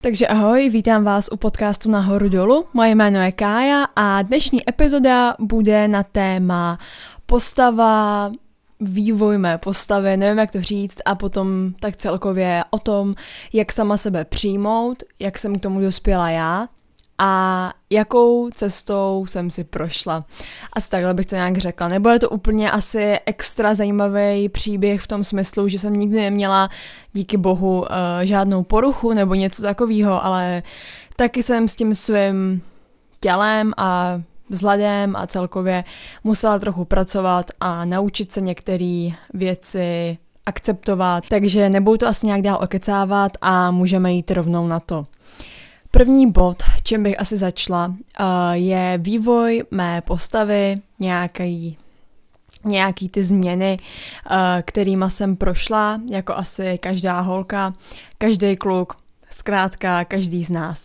Takže ahoj, vítám vás u podcastu Nahoru dolu. Moje jméno je Kája a dnešní epizoda bude na téma postava, vývoj mé postavy, nevím jak to říct, a potom tak celkově o tom, jak sama sebe přijmout, jak jsem k tomu dospěla já a jakou cestou jsem si prošla. Asi takhle bych to nějak řekla. Nebo je to úplně asi extra zajímavý příběh v tom smyslu, že jsem nikdy neměla, díky bohu, žádnou poruchu nebo něco takového, ale taky jsem s tím svým tělem a vzhledem a celkově musela trochu pracovat a naučit se některé věci akceptovat. Takže nebudu to asi nějak dál okecávat a můžeme jít rovnou na to. První bod, čím bych asi začala, je vývoj mé postavy, nějaký ty změny, kterýma jsem prošla, jako asi každá holka, každý kluk, zkrátka každý z nás.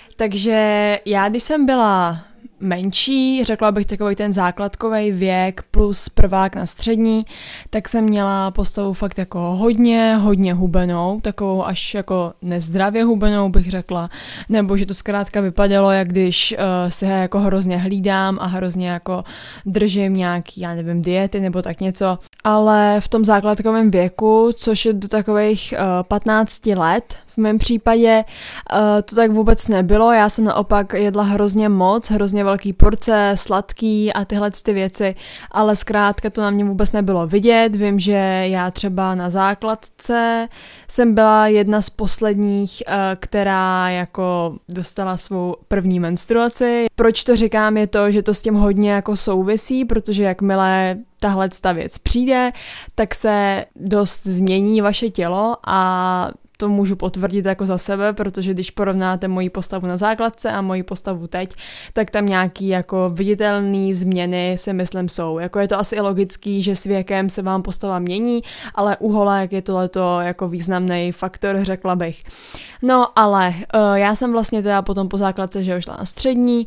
Takže já, když jsem byla menší, řekla bych takový ten základkový věk plus prvák na střední, tak jsem měla postavu fakt jako hodně hubenou, takovou až jako nezdravě hubenou bych řekla, nebo že to zkrátka vypadalo, jak když si jako hrozně hlídám a hrozně jako držím nějaký, já nevím, diety nebo tak něco, ale v tom základkovém věku, což je do takových 15 let, v mém případě to tak vůbec nebylo, já jsem naopak jedla hrozně moc, hrozně velký porce, sladký a tyhle ty věci, ale zkrátka to na mě vůbec nebylo vidět. Vím, že já třeba na základce jsem byla jedna z posledních, která jako dostala svou první menstruaci. Proč to říkám, je to, že to s tím hodně jako souvisí, protože jakmile tahle věc přijde, tak se dost změní vaše tělo a to můžu potvrdit jako za sebe, protože když porovnáte moji postavu na základce a moji postavu teď, tak tam nějaký jako viditelné změny si myslím jsou. Jako je to asi logický, že s věkem se vám postava mění, ale u holek je tohleto jako významný faktor, řekla bych. No ale já jsem vlastně teda potom po základce, že šla na střední,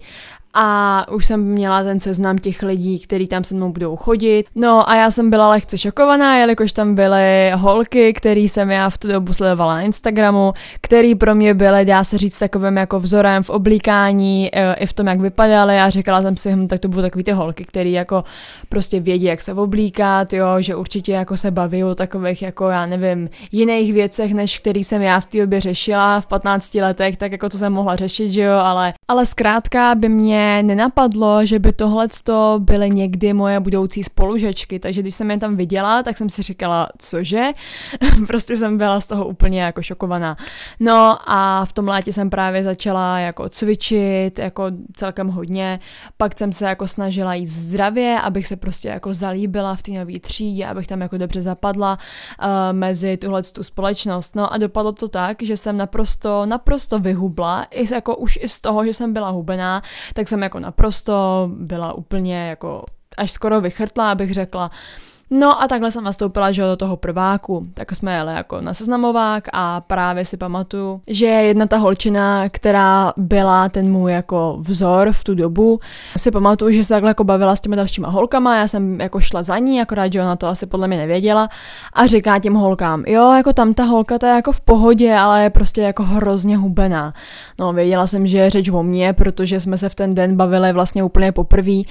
a už jsem měla ten seznam těch lidí, kteří tam se mnou budou chodit. No a já jsem byla lehce šokovaná, jelikož tam byly holky, který jsem já v tu dobu sledovala na Instagramu, který pro mě byly, dá se říct, takovým jako vzorem v oblíkání, i v tom, jak vypadaly. A říkala jsem si, tak to budou takový ty holky, který jako prostě vědí, jak se oblíkat, jo, že určitě jako se baví o takových jako, já nevím, jiných věcech, než který jsem já v té době řešila v 15 letech, tak jako to jsem mohla řešit, že jo, ale zkrátka by mě nenapadlo, že by tohleto byly někdy moje budoucí spolužečky, takže když jsem je tam viděla, tak jsem si říkala, cože? Prostě jsem byla z toho úplně jako šokovaná. No a v tom létě jsem právě začala jako cvičit, jako celkem hodně, pak jsem se jako snažila jít zdravě, abych se prostě jako zalíbila v té nové třídě, abych tam jako dobře zapadla mezi tuhletu společnost. No a dopadlo to tak, že jsem naprosto vyhubla, jako už i z toho, že jsem byla hubená, tak jsem jako naprosto byla úplně jako až skoro vychrtlá, abych řekla. No a takhle jsem nastoupila, že do toho prváku, tak jsme jeli jako na seznamovák a právě si pamatuju, že jedna ta holčina, která byla ten můj jako vzor v tu dobu, si pamatuju, že se takhle jako bavila s těmi dalšíma holkama, já jsem jako šla za ní, akorát, že ona to asi podle mě nevěděla a říká těm holkám, jo, jako tam ta holka ta je jako v pohodě, ale je prostě jako hrozně hubená. No věděla jsem, že je řeč o mně, protože jsme se v ten den bavili vlastně úplně poprvé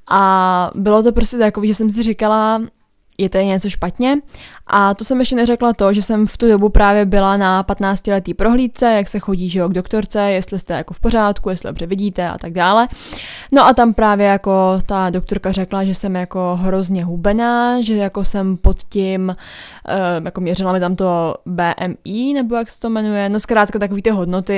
a bylo to prostě takový, že jsem si říkala, je tady něco špatně. A to jsem ještě neřekla to, že jsem v tu dobu právě byla na 15letý prohlídce, jak se chodí, že jo, k doktorce, jestli jste jako v pořádku, jestli dobře vidíte a tak dále. No a tam právě jako ta doktorka řekla, že jsem jako hrozně hubená, že jako jsem pod tím, jako měřila mi tam to BMI, nebo jak se to jmenuje, no zkrátka takový ty hodnoty,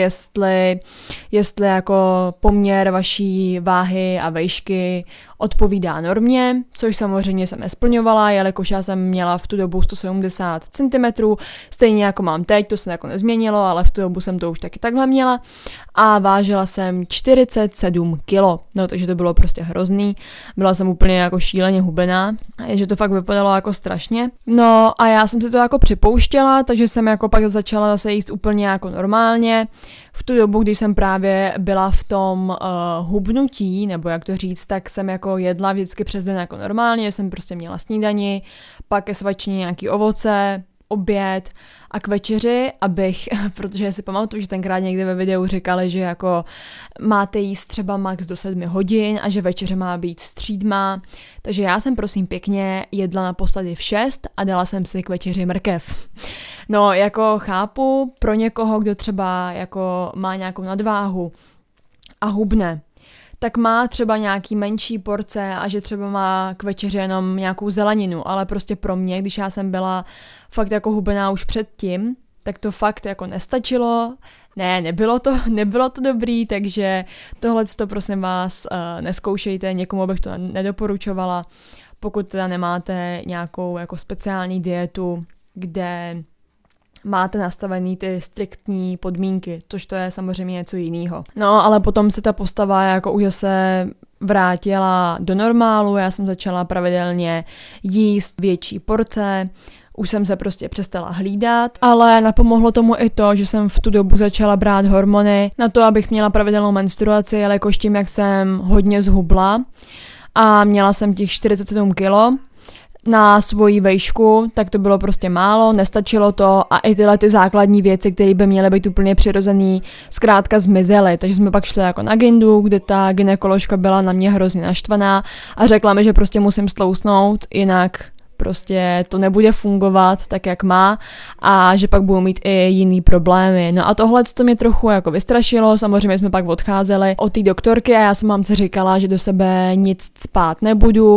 jestli jako poměr vaší váhy a vejšky odpovídá normě, což samozřejmě jsem nesplňovala, jelikož já jsem měla v tu dobu 170 cm, stejně jako mám teď, to se jako nezměnilo, ale v tu dobu jsem to už taky takhle měla a vážila jsem 47 kg, no takže to bylo prostě hrozný, byla jsem úplně jako šíleně hubená, že to fakt vypadalo jako strašně, no a já jsem si to jako připouštěla, takže jsem jako pak začala zase jíst úplně jako normálně. V tu dobu, když jsem právě byla v tom hubnutí, nebo jak to říct, tak jsem jako jedla vždycky přes den jako normálně, jsem prostě měla snídani, pak ke svačině nějaký ovoce, oběd a k večeři, protože si pamatuju, že tenkrát někde ve videu říkali, že jako máte jíst třeba max do 7 hodin a že večeře má být střídma, takže já jsem prosím pěkně jedla naposledy v 6 a dala jsem si k večeři mrkev. No jako chápu pro někoho, kdo třeba jako má nějakou nadváhu a hubne, tak má třeba nějaký menší porce a že třeba má k večeři jenom nějakou zeleninu, ale prostě pro mě, když já jsem byla fakt jako hubená už předtím, tak to fakt jako nestačilo, nebylo to dobrý, takže tohleto prosím vás nezkoušejte, někomu bych to nedoporučovala, pokud teda nemáte nějakou jako speciální dietu, kde máte nastavený ty striktní podmínky, což to je samozřejmě něco jiného. No, ale potom se ta postava jako už zase vrátila do normálu, já jsem začala pravidelně jíst větší porce, už jsem se prostě přestala hlídat, ale napomohlo tomu i to, že jsem v tu dobu začala brát hormony na to, abych měla pravidelnou menstruaci, jelikož tím, jak jsem hodně zhubla a měla jsem těch 47 kilo, na svoji vejšku, tak to bylo prostě málo, nestačilo to a i tyhle ty základní věci, které by měly být úplně přirozený, zkrátka zmizely. Takže jsme pak šli jako na gyndu, kde ta gynekoložka byla na mě hrozně naštvaná a řekla mi, že prostě musím stlousnout, jinak prostě to nebude fungovat tak, jak má a že pak budou mít i jiný problémy. No a tohle to mě trochu jako vystrašilo, samozřejmě jsme pak odcházeli od té doktorky a já jsem mamce říkala, že do sebe nic spát nebudu,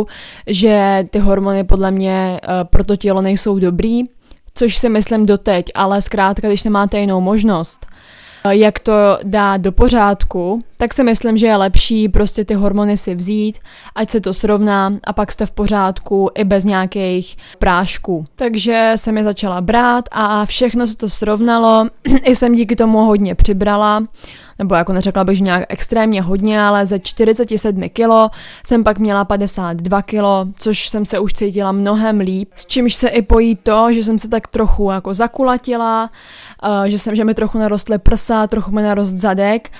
že ty hormony podle mě pro to tělo nejsou dobrý, což si myslím doteď, ale zkrátka, když nemáte jinou možnost, jak to dát do pořádku, tak si myslím, že je lepší prostě ty hormony si vzít, ať se to srovná a pak jste v pořádku i bez nějakých prášků. Takže jsem je začala brát a všechno se to srovnalo, i jsem díky tomu hodně přibrala, nebo jako neřekla bych, že nějak extrémně hodně, ale ze 47 kilo jsem pak měla 52 kilo, což jsem se už cítila mnohem líp, s čímž se i pojí to, že jsem se tak trochu jako zakulatila, že mi trochu narostly prsa, trochu mi narost zadek.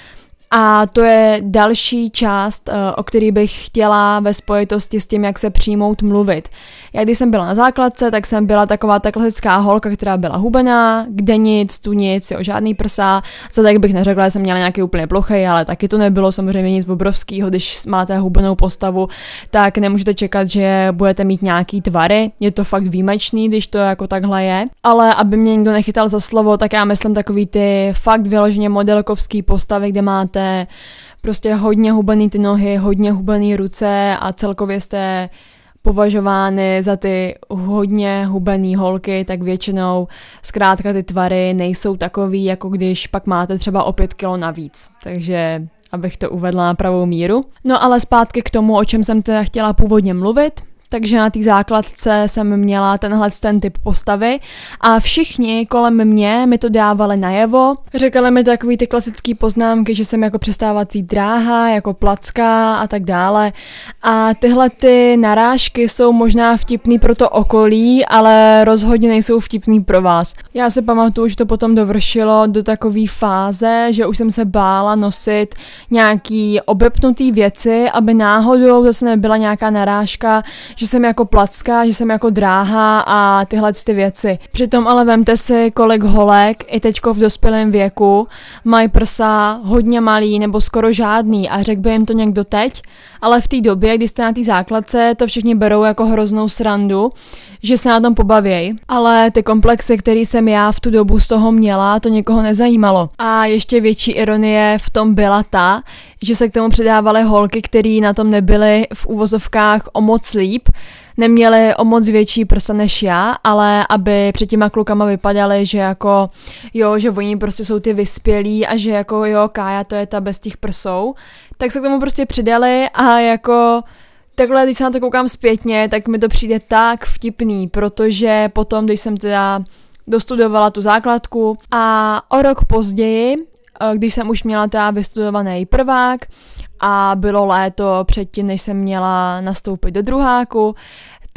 A to je další část, o který bych chtěla ve spojitosti s tím, jak se přijmout mluvit. Já když jsem byla na základce, tak jsem byla taková ta klasická holka, která byla hubená, kde nic, tu nic, jo, žádný prsa. Zadek bych neřekla, že jsem měla nějaký úplně plochý, ale taky to nebylo samozřejmě nic obrovského. Když máte hubenou postavu, tak nemůžete čekat, že budete mít nějaký tvary. Je to fakt výjimečný, když to jako takhle je. Ale aby mě někdo nechytal za slovo, tak já myslím takový ty fakt vyloženě modelkovský postavy, kde máte prostě hodně hubený ty nohy, hodně hubený ruce a celkově jste považovány za ty hodně hubený holky, tak většinou zkrátka ty tvary nejsou takový, jako když pak máte třeba o 5 kilo navíc. Takže abych to uvedla na pravou míru. No ale zpátky k tomu, o čem jsem teda chtěla původně mluvit. Takže na té základce jsem měla ten typ postavy a všichni kolem mě mi to dávali najevo. Říkali mi takový ty klasické poznámky, že jsem jako přestávací dráha, jako placka a tak dále. A tyhle ty narážky jsou možná vtipný pro to okolí, ale rozhodně nejsou vtipný pro vás. Já si pamatuju, že to potom dovršilo do takové fáze, že už jsem se bála nosit nějaký obepnutý věci, aby náhodou zase nebyla nějaká narážka, že jsem jako placka, že jsem jako dráha a tyhle ty věci. Přitom ale vemte si, kolik holek i teďko v dospělém věku mají prsa hodně malý nebo skoro žádný a řekl by jim to někdo teď, ale v té době, kdy jste na té základce, to všichni berou jako hroznou srandu, že se na tom pobavěj. Ale ty komplexy, které jsem já v tu dobu z toho měla, to někoho nezajímalo. A ještě větší ironie v tom byla ta, že se k tomu přidávaly holky, které na tom nebyly v uvozovkách o moc líp, neměly o moc větší prsa než já, ale aby před těma klukama vypadaly, že jako jo, že oni prostě jsou ty vyspělí a že jako jo, Kája to je ta bez těch prsou, tak se k tomu prostě přidali a jako takhle, když se na to koukám zpětně, tak mi to přijde tak vtipný, protože potom, když jsem teda dostudovala tu základku a o rok později, když jsem už měla teda vystudovaný prvák a bylo léto předtím, než jsem měla nastoupit do druháku,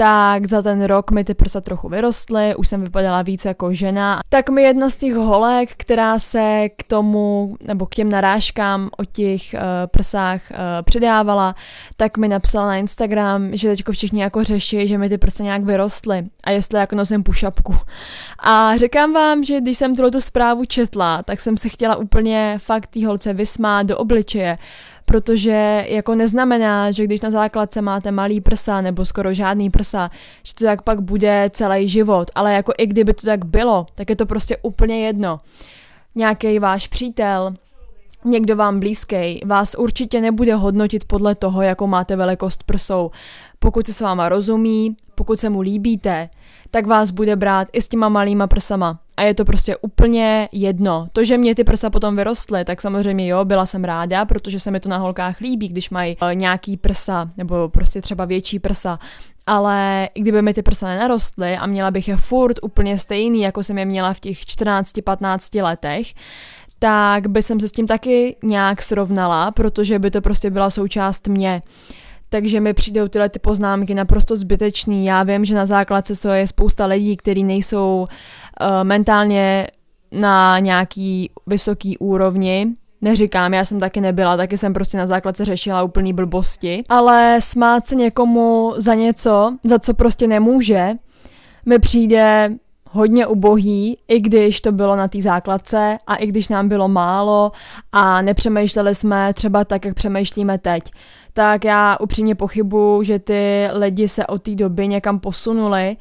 tak za ten rok mi ty prsa trochu vyrostly, už jsem vypadala víc jako žena. Tak mi jedna z těch holek, která se k tomu, nebo k těm narážkám o těch prsách přidávala, tak mi napsala na Instagram, že teďko všichni jako řeší, že mi ty prsa nějak vyrostly a jestli jako nosím pušapku. A říkám vám, že když jsem tu zprávu četla, tak jsem se chtěla úplně fakt tý holce vysmát do obličeje, protože jako neznamená, že když na základce máte malý prsa nebo skoro žádný prsa, že to tak pak bude celý život, ale jako i kdyby to tak bylo, tak je to prostě úplně jedno. Nějaký váš přítel, někdo vám blízký, vás určitě nebude hodnotit podle toho, jakou máte velikost prsou. Pokud se s váma rozumí, pokud se mu líbíte, tak vás bude brát i s těma malýma prsama. A je to prostě úplně jedno. To, že mě ty prsa potom vyrostly, tak samozřejmě jo, byla jsem ráda, protože se mi to na holkách líbí, když mají nějaký prsa, nebo prostě třeba větší prsa. Ale i kdyby mi ty prsa nenarostly a měla bych je furt úplně stejný, jako jsem je měla v těch 14-15 letech, tak by jsem se s tím taky nějak srovnala, protože by to prostě byla součást mě. Takže mi přijdou tyhle ty poznámky naprosto zbytečný. Já vím, že na základce je spousta lidí, kteří nejsou mentálně na nějaký vysoký úrovni. Neříkám, já jsem taky nebyla, taky jsem prostě na základce řešila úplný blbosti. Ale smát se někomu za něco, za co prostě nemůže, mi přijde hodně ubohý, i když to bylo na té základce a i když nám bylo málo a nepřemýšleli jsme třeba tak, jak přemýšlíme teď. Tak já upřímně pochybuju, že ty lidi se od té doby někam posunuli,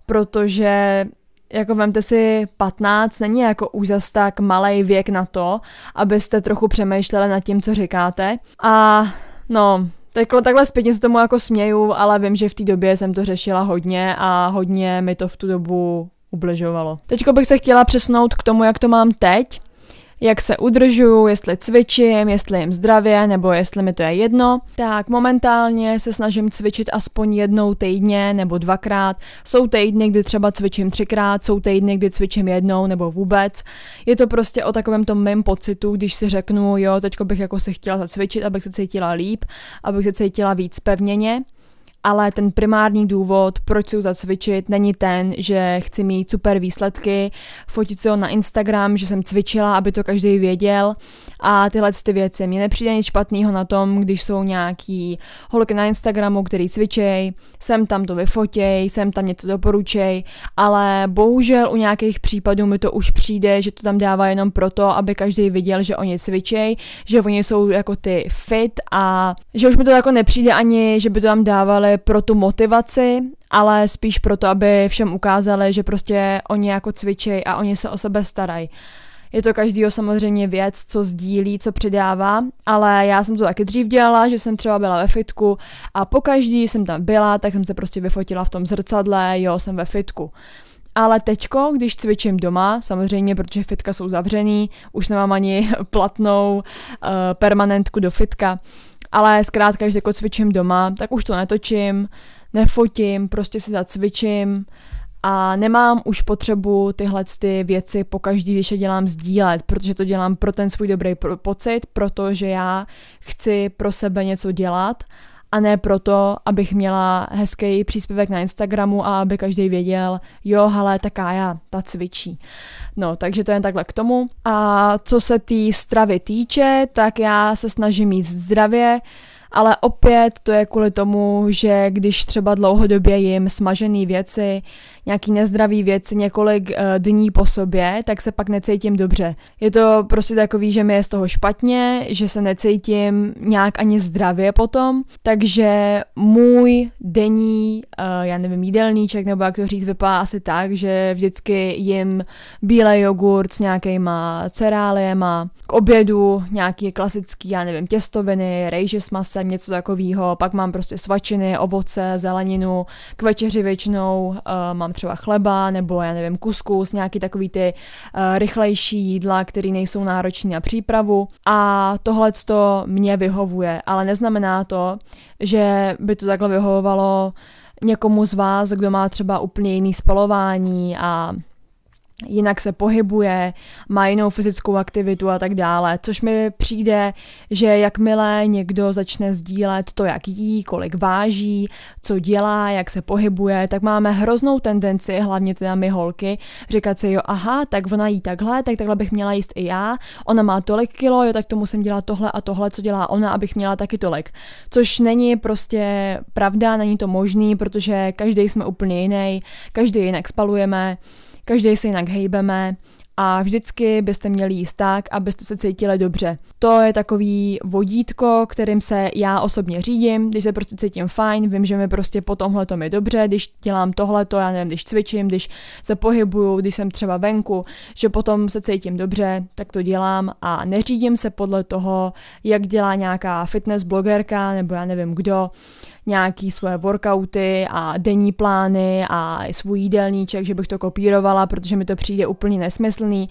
protože jako vemte si 15, není jako už zas tak malej věk na to, abyste trochu přemýšleli nad tím, co říkáte. A no, takhle zpětně se tomu jako směju, ale vím, že v té době jsem to řešila hodně a hodně mi to v tu dobu ubližovalo. Teďko bych se chtěla přesunout k tomu, jak to mám teď, jak se udržuju, jestli cvičím, jestli jim zdravě, nebo jestli mi to je jedno. Tak momentálně se snažím cvičit aspoň jednou týdně nebo dvakrát. Jsou týdny, kdy třeba cvičím 3krát, jsou týdny, kdy cvičím jednou nebo vůbec. Je to prostě o takovém tom mém pocitu, když si řeknu, jo, teďko bych jako se chtěla zacvičit, abych se cítila líp, abych se cítila víc pevněně. Ale ten primární důvod, proč si zacvičit, není ten, že chci mít super výsledky, fotit si ho na Instagram, že jsem cvičila, aby to každý věděl a tyhle ty věci. Mně nepřijde nic špatného na tom, když jsou nějaký holky na Instagramu, který cvičej, sem tam to vyfotěj, sem tam něco doporučej, ale bohužel u nějakých případů mi to už přijde, že to tam dává jenom proto, aby každý viděl, že oni cvičej, že oni jsou jako ty fit a že už mi to jako nepřijde ani, že by to tam dávali pro tu motivaci, ale spíš proto, aby všem ukázali, že prostě oni jako cvičej a oni se o sebe starají. Je to každýho samozřejmě věc, co sdílí, co přidává, ale já jsem to taky dřív dělala, že jsem třeba byla ve fitku a pokaždý jsem tam byla, tak jsem se prostě vyfotila v tom zrcadle, jo, jsem ve fitku. Ale teďko, když cvičím doma, samozřejmě, protože fitka jsou zavřený, už nemám ani platnou permanentku do fitka, ale zkrátka, když jako cvičím doma, tak už to netočím, nefotím, prostě si zacvičím a nemám už potřebu tyhle ty věci pokaždý, když je dělám, sdílet, protože to dělám pro ten svůj dobrý pocit, protože já chci pro sebe něco dělat a ne proto, abych měla hezký příspěvek na Instagramu a aby každý věděl, jo, hele, ta Kája, ta cvičí. No, takže to je takhle k tomu. A co se té stravy týče, tak já se snažím jíst zdravě, ale opět to je kvůli tomu, že když třeba dlouhodobě jim smažené věci, nějaký nezdravý věci několik dní po sobě, tak se pak necítím dobře. Je to prostě takový, že mi je z toho špatně, že se necítím nějak ani zdravě potom, takže můj denní, já nevím, jídelníček, nebo jak to říct, vypadá asi tak, že vždycky jim bílej jogurt s nějakýma cereáliema, k obědu nějaký klasický, já nevím, těstoviny, rejže s masem, něco takového, pak mám prostě svačiny, ovoce, zeleninu, k večeři většinou mám třeba chleba, nebo já nevím, kuskus, nějaký takový ty rychlejší jídla, které nejsou náročné na přípravu a tohleto mě vyhovuje, ale neznamená to, že by to takhle vyhovovalo někomu z vás, kdo má třeba úplně jiný spalování a jinak se pohybuje, má jinou fyzickou aktivitu a tak dále, což mi přijde, že jakmile někdo začne sdílet to, jak jí, kolik váží, co dělá, jak se pohybuje, tak máme hroznou tendenci, hlavně teda my holky, říkat si, jo, aha, tak ona jí takhle, tak takhle bych měla jíst i já, ona má tolik kilo, jo, tak to musím dělat tohle a tohle, co dělá ona, abych měla taky tolik. Což není prostě pravda, není to možný, protože každý jsme úplně jiný, každý jinak spalujeme, každý se jinak hejbeme a vždycky byste měli jíst tak, abyste se cítili dobře. To je takový vodítko, kterým se já osobně řídím, když se prostě cítím fajn, vím, že mi prostě po tomhletom je dobře, když dělám tohleto, já nevím, když cvičím, když se pohybuju, když jsem třeba venku, že potom se cítím dobře, tak to dělám a neřídím se podle toho, jak dělá nějaká fitness blogerka nebo já nevím kdo, nějaký svoje workouty a denní plány a svůj jídelníček, že bych to kopírovala, protože mi to přijde úplně nesmyslný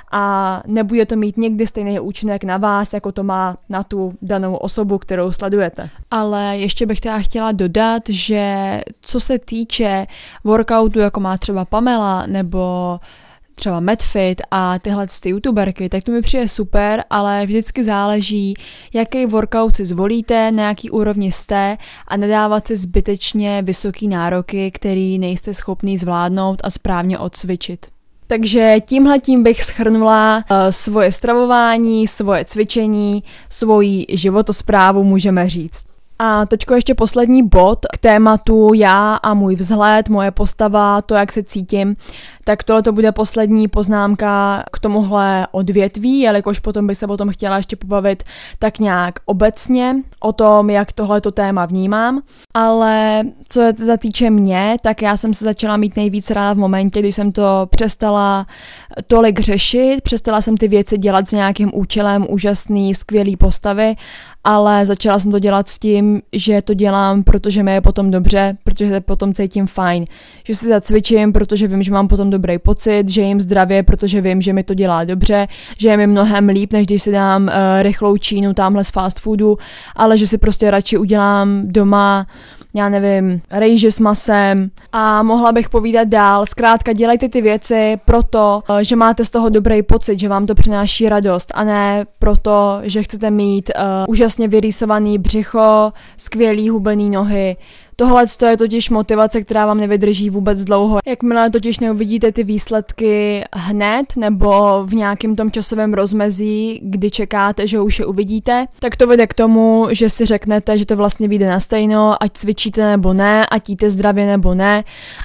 a nebude to mít nikdy stejný účinek na vás, jako to má na tu danou osobu, kterou sledujete. Ale ještě bych teda chtěla dodat, že co se týče workoutu, jako má třeba Pamela nebo třeba Medfit a tyhle youtuberky, tak to mi přijde super, ale vždycky záleží, jaký workout si zvolíte, na jaký úrovni jste a nedávat si zbytečně vysoký nároky, který nejste schopný zvládnout a správně odcvičit. Takže tímhletím bych shrnula svoje stravování, svoje cvičení, svoji životosprávu, můžeme říct. A teďko ještě poslední bod k tématu já a můj vzhled, moje postava, to, jak se cítím. Tak tohle to bude poslední poznámka k tomuhle odvětví, jelikož potom bych se o tom chtěla ještě pobavit tak nějak obecně o tom, jak tohleto téma vnímám. Ale co je teda týče mě, tak já jsem se začala mít nejvíc ráda v momentě, kdy jsem to přestala tolik řešit, přestala jsem ty věci dělat s nějakým účelem úžasný, skvělý postavy, ale začala jsem to dělat s tím, že to dělám, protože mi je potom dobře, protože se potom cítím fajn, že si zacvičím, protože vím, že mám potom dobrý pocit, že jim zdravě, protože vím, že mi to dělá dobře, že je mi mnohem líp, než když si dám rychlou čínu tamhle z fast foodu, ale že si prostě radši udělám doma, já nevím, rejži s masem a mohla bych povídat dál. Zkrátka dělejte ty věci proto, že máte z toho dobrý pocit, že vám to přináší radost a ne proto, že chcete mít úžasně vyrýsovaný břicho, skvělý hubený nohy. Tohle je totiž motivace, která vám nevydrží vůbec dlouho. Jakmile totiž neuvidíte ty výsledky hned nebo v nějakém tom časovém rozmezí, kdy čekáte, že už je uvidíte, tak to vede k tomu, že si řeknete, že to vlastně vyjde na stejno, ať cvičíte nebo ne, ať jíte zdravě nebo ne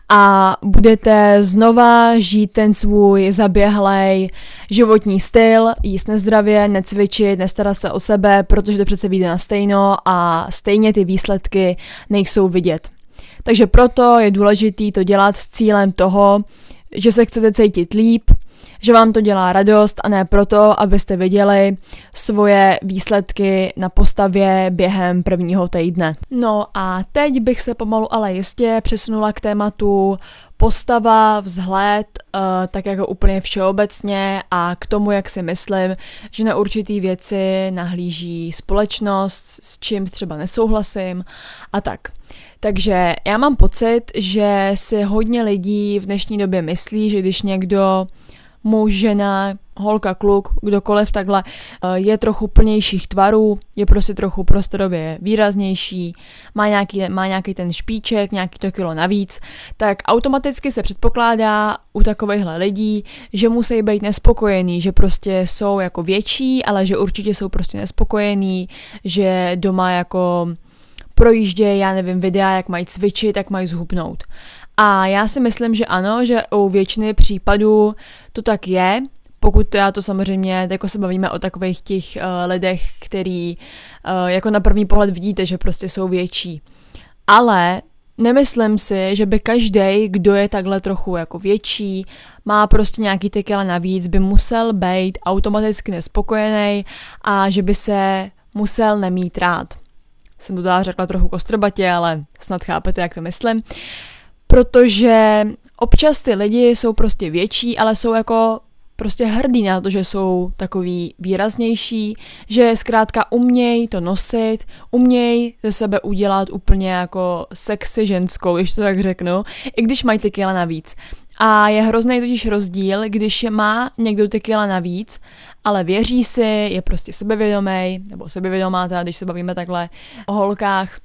a budete znova žít ten svůj zaběhlej životní styl, jíst nezdravě, necvičit, nestarat se o sebe, protože to přece vyjde na stejno a stejně ty výsledky nejsou vidět. Takže proto je důležité to dělat s cílem toho, že se chcete cítit líp, že vám to dělá radost a ne proto, abyste viděli svoje výsledky na postavě během prvního týdne. No a teď bych se pomalu ale jistě přesunula k tématu postava, vzhled, tak jako úplně všeobecně a k tomu, jak si myslím, že na určitý věci nahlíží společnost, s čím třeba nesouhlasím a tak. Takže já mám pocit, že si hodně lidí v dnešní době myslí, že když někdo, muž, žena, holka, kluk, kdokoliv takhle, je trochu plnějších tvarů, je prostě trochu prostorově výraznější, má nějaký ten špiček, nějaký to kilo navíc, tak automaticky se předpokládá u takovýchhle lidí, že musí být nespokojení, že prostě jsou jako větší, ale že určitě jsou prostě nespokojení, že doma jako projíždějí, já nevím, videa, jak mají cvičit, jak mají zhubnout. A já si myslím, že ano, že u většiny případů to tak je, pokud já to samozřejmě, jako se bavíme o takových těch lidech, který jako na první pohled vidíte, že prostě jsou větší. Ale nemyslím si, že by každý, kdo je takhle trochu jako větší, má prostě nějaký ty kila navíc, by musel být automaticky nespokojený a že by se musel nemít rád. Jsem to dala řekla trochu kostrbatě, ale snad chápete, jak to myslím. Protože občas ty lidi jsou prostě větší, ale jsou jako prostě hrdí na to, že jsou takový výraznější, že zkrátka umějí to nosit, umějí ze sebe udělat úplně jako sexy ženskou, když to tak řeknu, i když mají ty kila navíc. A je hrozný totiž rozdíl, když má někdo ty kila navíc, ale věří si, je prostě sebevědomý, nebo sebevědomá, teda, když se bavíme takhle o holkách,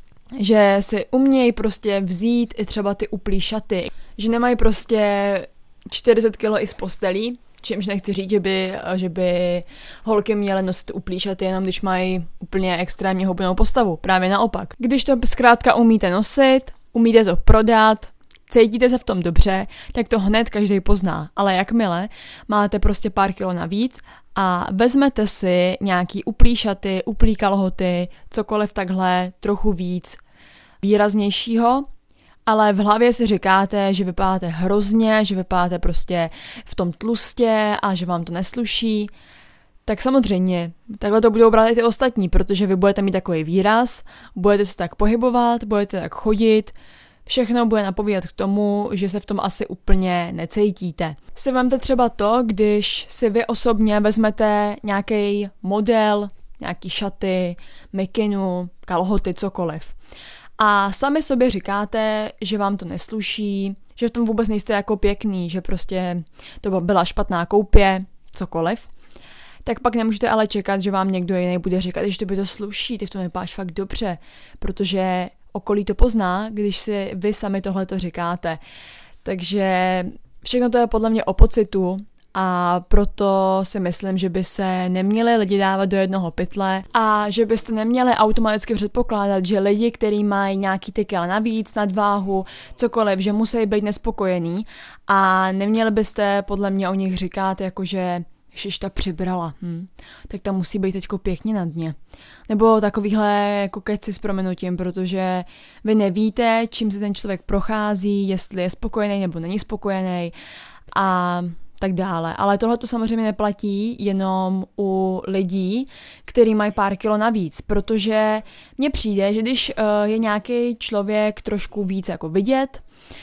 že si umějí prostě vzít i třeba ty uplý šaty, že nemají prostě 40 kilo i z postelí, čímž nechci říct, že by holky měly nosit uplý šaty jenom když mají úplně extrémně hubenou postavu, právě naopak. Když to zkrátka umíte nosit, umíte to prodat, cítíte se v tom dobře, tak to hned každý pozná, ale jakmile máte prostě pár kilo navíc a vezmete si nějaký uplý šaty, uplý kalhoty, cokoliv takhle trochu víc výraznějšího, ale v hlavě si říkáte, že vypadáte hrozně, že vypadáte prostě v tom tlustě a že vám to nesluší, tak samozřejmě, takhle to budou brát i ty ostatní, protože vy budete mít takový výraz, budete se tak pohybovat, budete tak chodit, všechno bude napovídat k tomu, že se v tom asi úplně necítíte. Si vemte třeba to, když si vy osobně vezmete nějaký model, nějaký šaty, mikinu, kalhoty, cokoliv. A sami sobě říkáte, že vám to nesluší, že v tom vůbec nejste jako pěkný, že prostě to byla špatná koupě, cokoliv. Tak pak nemůžete ale čekat, že vám někdo jiný bude říkat, že to by to sluší, ty v tom vypadáš fakt dobře, protože okolí to pozná, když si vy sami tohleto říkáte. Takže všechno to je podle mě o pocitu a proto si myslím, že by se neměli lidi dávat do jednoho pytle a že byste neměli automaticky předpokládat, že lidi, kteří mají nějaký ty kila navíc, nadváhu, cokoliv, že musí být nespokojení a neměli byste podle mě o nich říkat, jakože ta přibrala, tak tam musí být teďko pěkně na dně. Nebo takovýhle jako keci s prominutím, protože vy nevíte, čím se ten člověk prochází, jestli je spokojený nebo není spokojený a tak dále. Ale tohle to samozřejmě neplatí jenom u lidí, kteří mají pár kilo navíc, protože mně přijde, že když je nějaký člověk trošku víc jako vidět,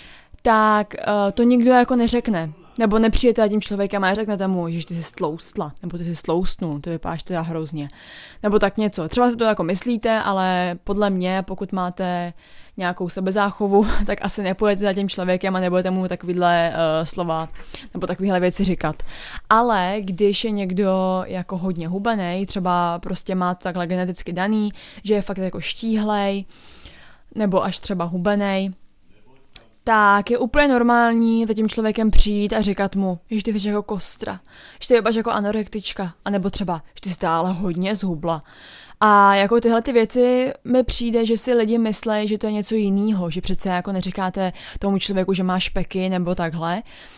tak to nikdo jako neřekne. Nebo nepřijete za tím člověkem a řeknete mu, že ty jsi stloustla, nebo ty jsi stloustnul, ty vypadáš teda hrozně. Nebo tak něco. Třeba si to jako myslíte, ale podle mě, pokud máte nějakou sebezáchovu, tak asi nepůjdete za tím člověkem a nebudete mu takovýhle slova nebo takovýhle věci říkat. Ale když je někdo jako hodně hubenej, třeba prostě má to takhle geneticky daný, že je fakt jako štíhlej, nebo až třeba hubenej, tak je úplně normální za tím člověkem přijít a říkat mu, že ty jsi jako kostra, že ty vypadáš jako anorektička, anebo třeba, že ty jsi stále hodně zhubla. A jako tyhle ty věci mi přijde, že si lidi myslejí, že to je něco jiného, že přece jako neříkáte tomu člověku, že má špeky nebo takhle.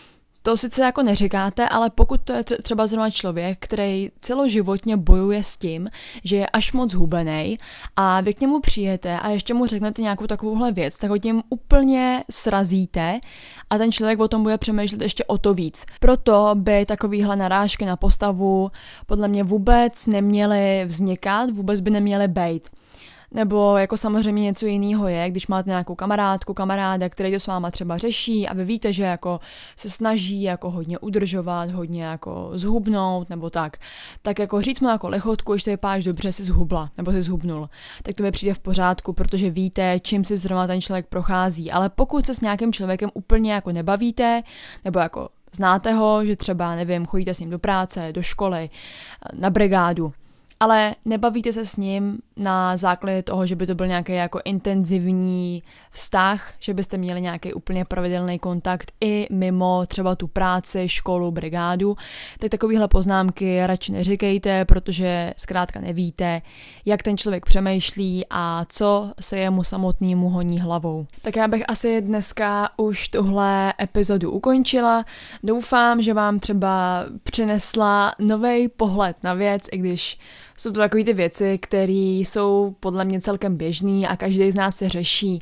To sice jako neříkáte, ale pokud to je třeba zrovna člověk, který celoživotně bojuje s tím, že je až moc hubenej a vy k němu přijete a ještě mu řeknete nějakou takovouhle věc, tak ho tím úplně srazíte a ten člověk o tom bude přemýšlet ještě o to víc. Proto by takovýhle narážky na postavu podle mě vůbec neměly vznikat, vůbec by neměly bejt. Nebo jako samozřejmě něco jiného je, když máte nějakou kamarádku, kamaráda, který to s váma třeba řeší a vy víte, že jako se snaží jako hodně udržovat, hodně jako zhubnout nebo tak jako říct mu jako lichotku, že to vypadáš dobře, si zhubla nebo si zhubnul, tak to mi přijde v pořádku, protože víte, čím si zrovna ten člověk prochází. Ale pokud se s nějakým člověkem úplně jako nebavíte, nebo jako znáte ho, že třeba, nevím, chodíte s ním do práce, do školy, na brigádu, ale nebavíte se s ním na základě toho, že by to byl nějaký jako intenzivní vztah, že byste měli nějaký úplně pravidelný kontakt i mimo třeba tu práci, školu, brigádu, tak takovýhle poznámky radši neříkejte, protože zkrátka nevíte, jak ten člověk přemýšlí a co se jemu samotnému honí hlavou. Tak já bych asi dneska už tuhle epizodu ukončila. Doufám, že vám třeba přinesla nový pohled na věc, i když jsou to takové ty věci, které jsou podle mě celkem běžný a každý z nás se řeší.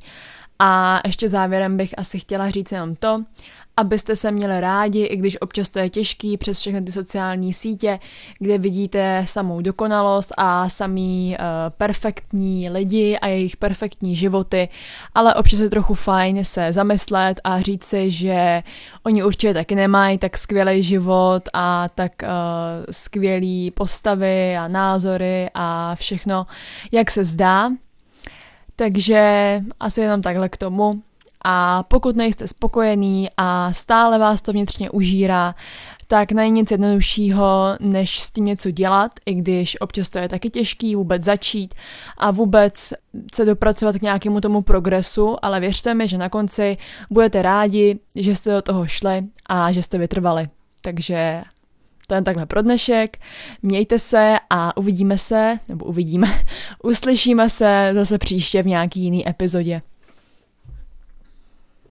A ještě závěrem bych asi chtěla říct jenom to, abyste se měli rádi, i když občas to je těžký přes všechny ty sociální sítě, kde vidíte samou dokonalost a samý perfektní lidi a jejich perfektní životy, ale občas je trochu fajn se zamyslet a říct si, že oni určitě taky nemají tak skvělý život a tak skvělý postavy a názory a všechno, jak se zdá. Takže asi jenom takhle k tomu. A pokud nejste spokojený a stále vás to vnitřně užírá, tak není nic jednoduššího, než s tím něco dělat, i když občas to je taky těžký vůbec začít a vůbec se dopracovat k nějakému tomu progresu, ale věřte mi, že na konci budete rádi, že jste do toho šli a že jste vytrvali. Takže to je takhle pro dnešek. Mějte se a uslyšíme se zase příště v nějaký jiný epizodě.